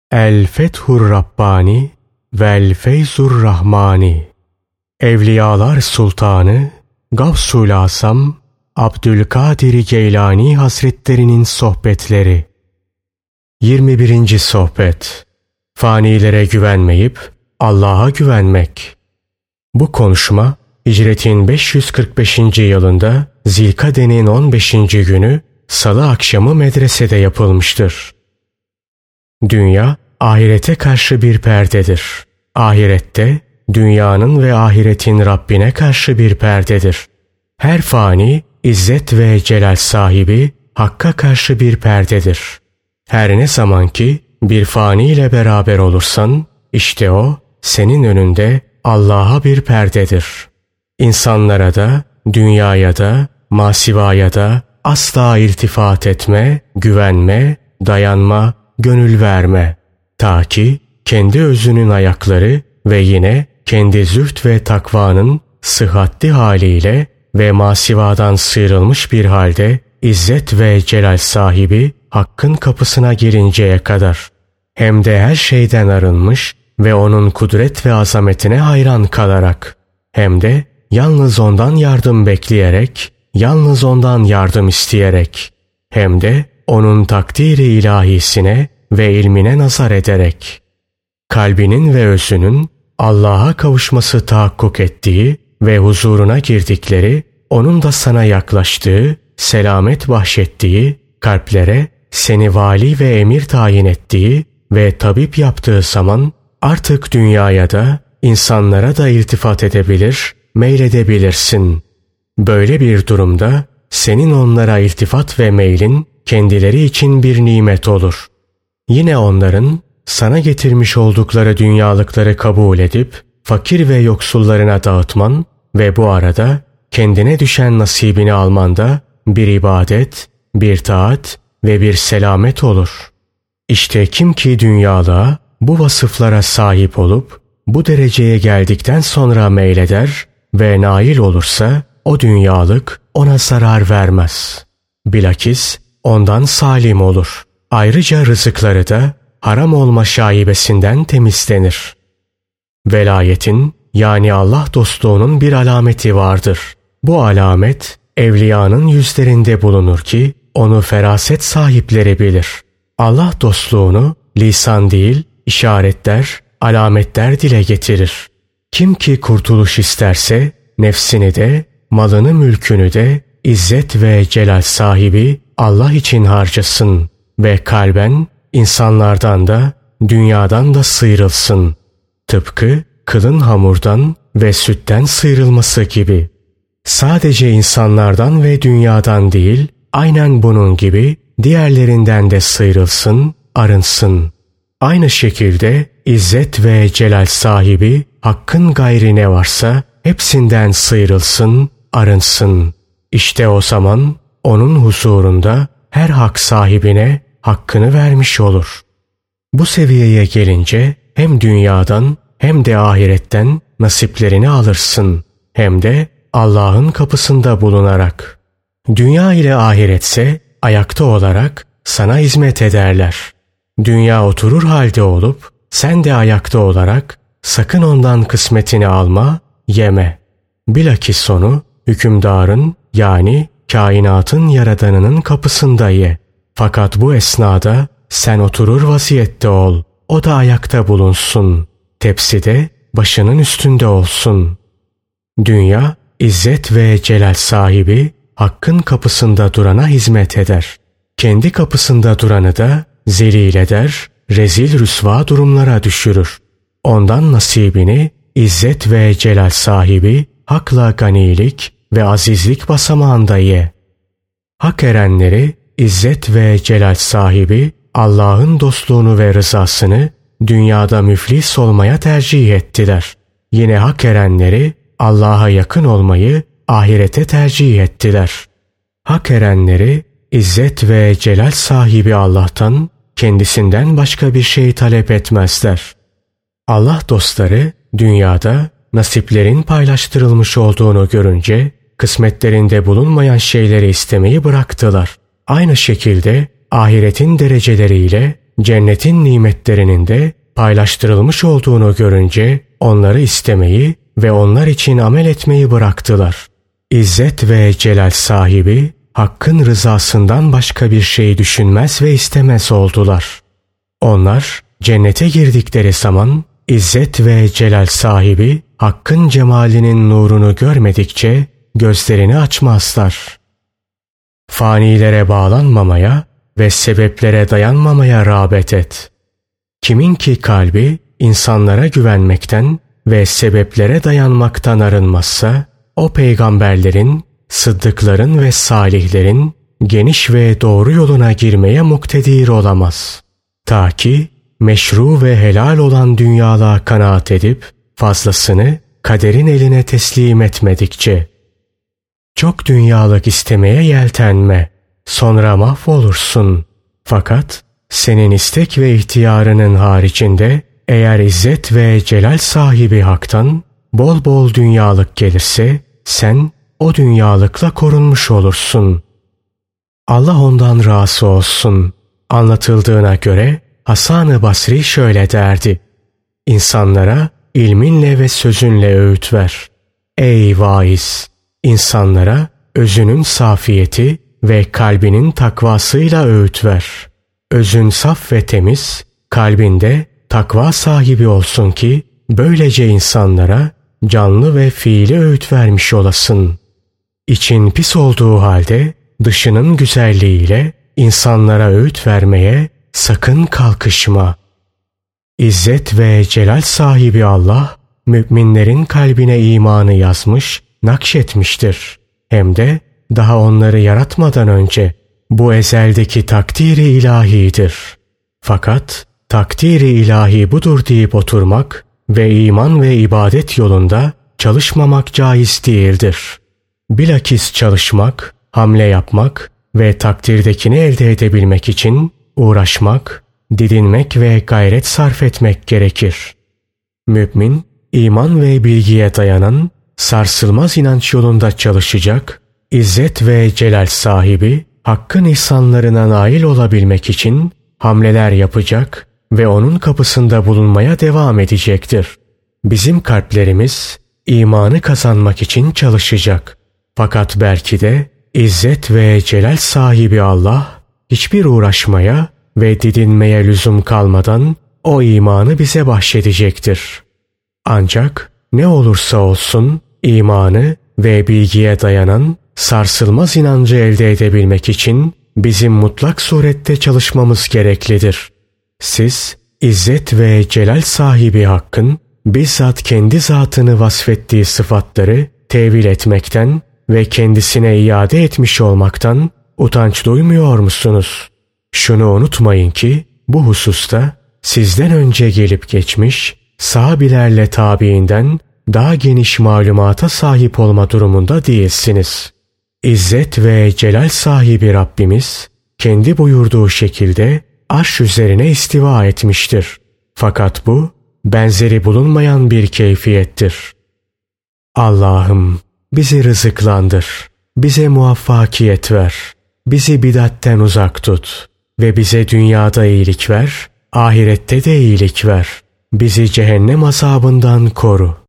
El Fethur Rabbani vel Feyzur Rahmani. Evliyalar Sultanı Gavsul Asam Abdülkadir Geylani Hazretlerinin sohbetleri. 21. sohbet. Fanilere güvenmeyip Allah'a güvenmek. Bu konuşma Hicretin 545. yılında Zilkade'nin 15. günü Salı akşamı medresede yapılmıştır. Dünya ahirete karşı bir perdedir. Ahirette dünyanın ve ahiretin Rabbine karşı bir perdedir. Her fani İzzet ve celal sahibi Hakk'a karşı bir perdedir. Her ne zaman ki bir fani ile beraber olursan, işte o senin önünde Allah'a bir perdedir. İnsanlara da, dünyaya da, masivaya da asla iltifat etme, güvenme, dayanma, gönül verme. Ta ki kendi özünün ayakları ve yine kendi zühd ve takvanın sıhhatli haliyle ve masivadan sıyrılmış bir halde İzzet ve celal sahibi Hakk'ın kapısına gelinceye kadar, hem de her şeyden arınmış ve onun kudret ve azametine hayran kalarak, hem de yalnız ondan yardım bekleyerek, yalnız ondan yardım isteyerek, hem de onun takdiri ilahisine ve ilmine nazar ederek, kalbinin ve özünün Allah'a kavuşması tahakkuk ettiği ve huzuruna girdikleri, onun da sana yaklaştığı, selamet bahşettiği, kalplere seni vali ve emir tayin ettiği ve tabip yaptığı zaman artık dünyaya da insanlara da iltifat edebilir, meyledebilirsin. Böyle bir durumda senin onlara iltifat ve meylin kendileri için bir nimet olur. Yine onların sana getirmiş oldukları dünyalıkları kabul edip fakir ve yoksullarına dağıtman ve bu arada kendine düşen nasibini alman da bir ibadet, bir taat ve bir selamet olur. İşte kim ki dünyalığa bu vasıflara sahip olup bu dereceye geldikten sonra meyleder ve nail olursa o dünyalık ona zarar vermez. Bilakis ondan salim olur. Ayrıca rızıkları da haram olma şaibesinden temizlenir. Velayetin yani Allah dostluğunun bir alameti vardır. Bu alamet evliyanın yüzlerinde bulunur ki onu feraset sahipleri bilir. Allah dostluğunu lisan değil, işaretler, alametler dile getirir. Kim ki kurtuluş isterse nefsini de, malını mülkünü de İzzet ve celal sahibi Allah için harcasın ve kalben insanlardan da dünyadan da sıyrılsın. Tıpkı kılın hamurdan ve sütten sıyrılması gibi. Sadece insanlardan ve dünyadan değil, aynen bunun gibi diğerlerinden de sıyrılsın, arınsın. Aynı şekilde İzzet ve celal sahibi Hakk'ın gayri ne varsa hepsinden sıyrılsın, arınsın. İşte o zaman onun huzurunda her hak sahibine hakkını vermiş olur. Bu seviyeye gelince hem dünyadan hem de ahiretten nasiplerini alırsın. Hem de Allah'ın kapısında bulunarak. Dünya ile ahiretse ayakta olarak sana hizmet ederler. Dünya oturur halde olup sen de ayakta olarak sakın ondan kısmetini alma, yeme. Bilakis onu hükümdarın yani kainatın yaradanının kapısında ye. Fakat bu esnada sen oturur vaziyette ol. O da ayakta bulunsun. Tepsi de başının üstünde olsun. Dünya, İzzet ve celal sahibi Hakk'ın kapısında durana hizmet eder. Kendi kapısında duranı da zelil eder, rezil rüsva durumlara düşürür. Ondan nasibini İzzet ve celal sahibi Hak'la ganilik ve azizlik basamağında ye. Hak erenleri İzzet ve celal sahibi Allah'ın dostluğunu ve rızasını dünyada müflis olmaya tercih ettiler. Yine hak erenleri Allah'a yakın olmayı ahirete tercih ettiler. Hak erenleri İzzet ve celal sahibi Allah'tan kendisinden başka bir şey talep etmezler. Allah dostları dünyada nasiplerin paylaştırılmış olduğunu görünce kısmetlerinde bulunmayan şeyleri istemeyi bıraktılar. Aynı şekilde ahiretin dereceleriyle cennetin nimetlerinin de paylaştırılmış olduğunu görünce onları istemeyi ve onlar için amel etmeyi bıraktılar. İzzet ve celal sahibi Hakk'ın rızasından başka bir şey düşünmez ve istemez oldular. Onlar cennete girdikleri zaman İzzet ve celal sahibi Hakk'ın cemalinin nurunu görmedikçe gözlerini açmazlar. Fanilere bağlanmamaya ve sebeplere dayanmamaya rağbet et. Kimin ki kalbi insanlara güvenmekten ve sebeplere dayanmaktan arınmazsa, o peygamberlerin, sıddıkların ve salihlerin geniş ve doğru yoluna girmeye muktedir olamaz. Ta ki meşru ve helal olan dünyalığa kanaat edip fazlasını kaderin eline teslim etmedikçe. Çok dünyalık istemeye yeltenme, sonra mahvolursun. Fakat senin istek ve ihtiyarının haricinde eğer izzet ve celal sahibi Hak'tan bol bol dünyalık gelirse sen o dünyalıkla korunmuş olursun. Allah ondan razı olsun. Anlatıldığına göre Hasan-ı Basri şöyle derdi: İnsanlara ilminle ve sözünle öğüt ver. Ey vaiz! İnsanlara özünün safiyeti ve kalbinin takvasıyla öğüt ver. Özün saf ve temiz, kalbinde takva sahibi olsun ki böylece insanlara canlı ve fiili öğüt vermiş olasın. İçin pis olduğu halde dışının güzelliğiyle insanlara öğüt vermeye sakın kalkışma. İzzet ve celal sahibi Allah, müminlerin kalbine imanı yazmış, nakşetmiştir. Hem de daha onları yaratmadan önce bu ezeldeki takdiri ilahidir. Fakat takdiri ilahi budur deyip oturmak ve iman ve ibadet yolunda çalışmamak caiz değildir. Bilakis çalışmak, hamle yapmak ve takdirdekini elde edebilmek için uğraşmak, didinmek ve gayret sarf etmek gerekir. Mümin, iman ve bilgiye dayanan, sarsılmaz inanç yolunda çalışacak, İzzet ve celal sahibi, Hakk'ın ihsanlarına nail olabilmek için hamleler yapacak ve onun kapısında bulunmaya devam edecektir. Bizim kalplerimiz imanı kazanmak için çalışacak. Fakat belki de İzzet ve celal sahibi Allah hiçbir uğraşmaya ve didinmeye lüzum kalmadan o imanı bize bahşedecektir. Ancak ne olursa olsun imanı ve bilgiye dayanan sarsılmaz inancı elde edebilmek için bizim mutlak surette çalışmamız gereklidir. Siz İzzet ve celal sahibi Hakk'ın bizzat kendi zatını vasfettiği sıfatları tevil etmekten ve kendisine iade etmiş olmaktan utanç duymuyor musunuz? Şunu unutmayın ki bu hususta sizden önce gelip geçmiş sahabilerle tabiinden daha geniş malumata sahip olma durumunda değilsiniz. İzzet ve celal sahibi Rabbimiz kendi buyurduğu şekilde arş üzerine istiva etmiştir. Fakat bu benzeri bulunmayan bir keyfiyettir. Allah'ım bizi rızıklandır, bize muvaffakiyet ver, bizi bidatten uzak tut ve bize dünyada iyilik ver, ahirette de iyilik ver. Bizi cehennem azabından koru.